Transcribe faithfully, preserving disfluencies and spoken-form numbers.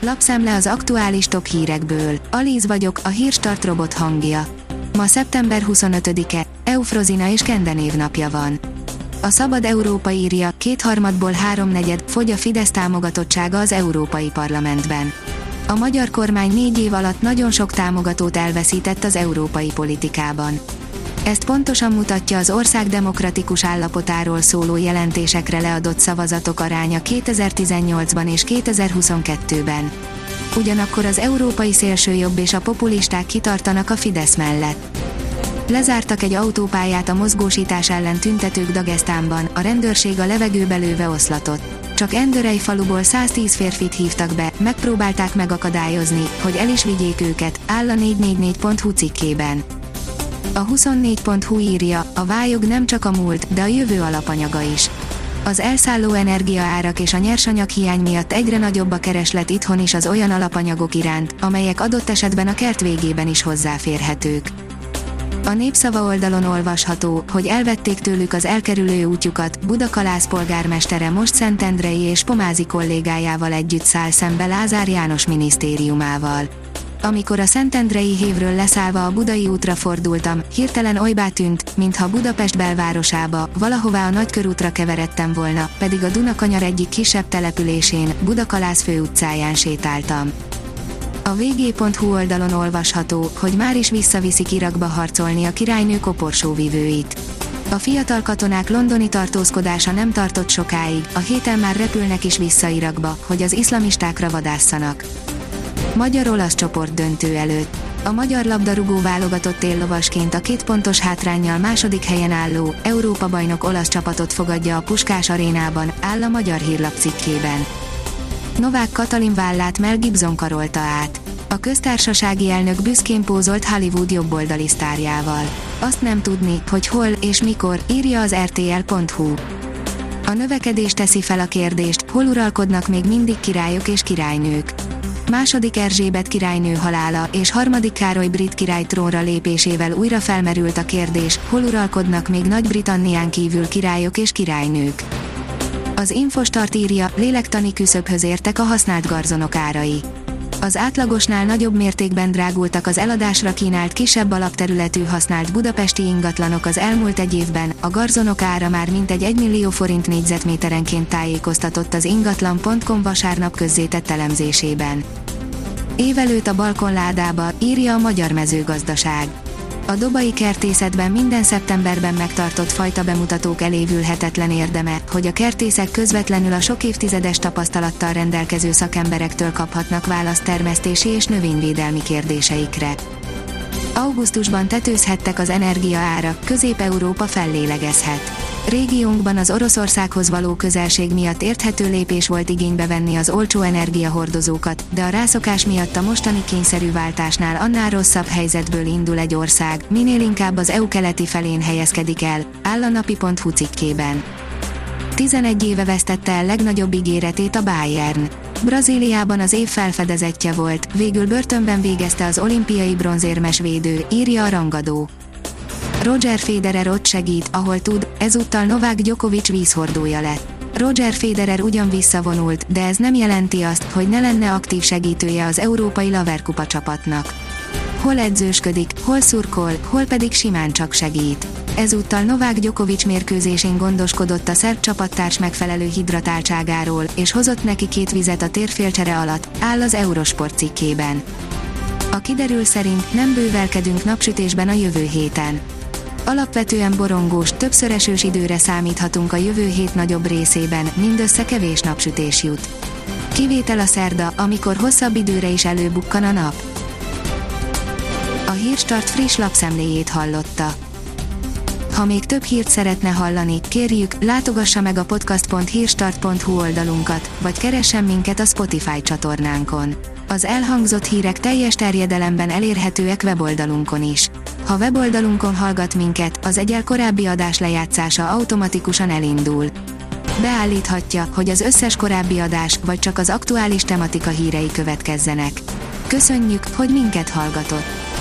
Lapszemle az aktuális top hírekből. Alíz vagyok, a Hírstart robot hangja. Ma szeptember huszonötödike, Eufrozina és Kende névnapja van. A Szabad Európa írja, kétharmadból háromnegyed, fogy a Fidesz támogatottsága az Európai Parlamentben. A magyar kormány négy év alatt nagyon sok támogatót elveszített az európai politikában. Ezt pontosan mutatja az ország demokratikus állapotáról szóló jelentésekre leadott szavazatok aránya kétezer-tizennyolcban és kétezer-huszonkettőben. Ugyanakkor az európai szélsőjobb és a populisták kitartanak a Fidesz mellett. Lezártak egy autópályát a mozgósítás ellen tüntetők Dagesztánban, a rendőrség a levegőbe lőve oszlatot. Csak Endörej faluból száztíz férfit hívtak be, megpróbálták megakadályozni, hogy el is vigyék őket, áll a négy négy négy pont hu cikkében. A huszonnégy pont hu írja, a vályog nem csak a múlt, de a jövő alapanyaga is. Az elszálló energiaárak és a nyersanyag hiány miatt egyre nagyobb a kereslet itthon is az olyan alapanyagok iránt, amelyek adott esetben a kert végében is hozzáférhetők. A Népszava oldalon olvasható, hogy elvették tőlük az elkerülő útjukat, Budakalász polgármestere most Szentendrei és Pomázi kollégájával együtt száll szembe Lázár János minisztériumával. Amikor a szentendrei hévről leszállva a Budai útra fordultam, hirtelen olybá tűnt, mintha Budapest belvárosába, valahová a Nagykörútra keveredtem volna, pedig a Dunakanyar egyik kisebb településén, Budakalász főutcáján sétáltam. A vg pont hu oldalon olvasható, hogy már is visszaviszik Irakba harcolni a királynő koporsóvivőit. A fiatal katonák londoni tartózkodása nem tartott sokáig, a héten már repülnek is vissza Irakba, hogy az iszlamistákra vadásszanak. Magyar-olasz csoport döntő előtt. A magyar labdarúgó válogatott éllovasként a két pontos hátránnyal második helyen álló, Európa-bajnok olasz csapatot fogadja a Puskás arénában, áll a Magyar Hírlap cikkében. Novák Katalin vállát Mel Gibson karolta át. A köztársasági elnök büszkén pózolt Hollywood jobboldali sztárjával. Azt nem tudni, hogy hol és mikor, írja az er té el pont hu. A növekedés teszi fel a kérdést, hol uralkodnak még mindig királyok és királynők. Második Erzsébet királynő halála és harmadik Károly brit király trónra lépésével újra felmerült a kérdés, hol uralkodnak még Nagy-Britannián kívül királyok és királynők. Az Infostart írja, lélektani küszöbhöz értek a használt garzonok árai. Az átlagosnál nagyobb mértékben drágultak az eladásra kínált kisebb alapterületű használt budapesti ingatlanok az elmúlt egy évben, a garzonok ára már mintegy egy millió forint négyzetméterenként tájékoztatott az ingatlan pont com vasárnap közzétett elemzésében. Évelőt a balkonládába, írja a Magyar Mezőgazdaság. A dobai kertészetben minden szeptemberben megtartott fajta bemutatók elévülhetetlen érdeme, hogy a kertészek közvetlenül a sok évtizedes tapasztalattal rendelkező szakemberektől kaphatnak választ termesztési és növényvédelmi kérdéseikre. Augusztusban tetőzhettek az energiaárak, Közép-Európa fellélegezhet. Régiónkban az Oroszországhoz való közelség miatt érthető lépés volt igénybe venni az olcsó energiahordozókat, de a rászokás miatt a mostani kényszerű váltásnál annál rosszabb helyzetből indul egy ország, minél inkább az é u keleti felén helyezkedik el, áll a napi pont hu cikkében. tizenegy éve vesztette el legnagyobb ígéretét a Bayern. Brazíliában az év felfedezetje volt, végül börtönben végezte az olimpiai bronzérmes védő, írja a rangadó. Roger Federer ott segít, ahol tud, ezúttal Novák Djokovic vízhordója lett. Roger Federer ugyan visszavonult, de ez nem jelenti azt, hogy ne lenne aktív segítője az európai Laver-kupa csapatnak. Hol edzősködik, hol szurkol, hol pedig simán csak segít. Ezúttal Novák Djokovic mérkőzésén gondoskodott a szerb csapattárs megfelelő hidratáltságáról, és hozott neki két vizet a térfélcsere alatt, áll az Eurosport cikkében. A kiderül szerint nem bővelkedünk napsütésben a jövő héten. Alapvetően borongós, többször esős időre számíthatunk a jövő hét nagyobb részében, mindössze kevés napsütés jut. Kivétel a szerda, amikor hosszabb időre is előbukkan a nap. A Hírstart friss lapszemléjét hallotta. Ha még több hírt szeretne hallani, kérjük, látogassa meg a podcast pont hírstart pont hu oldalunkat, vagy keressen minket a Spotify csatornánkon. Az elhangzott hírek teljes terjedelemben elérhetőek weboldalunkon is. Ha weboldalunkon hallgat minket, az egyel korábbi adás lejátszása automatikusan elindul. Beállíthatja, hogy az összes korábbi adás, vagy csak az aktuális tematika hírei következzenek. Köszönjük, hogy minket hallgatott!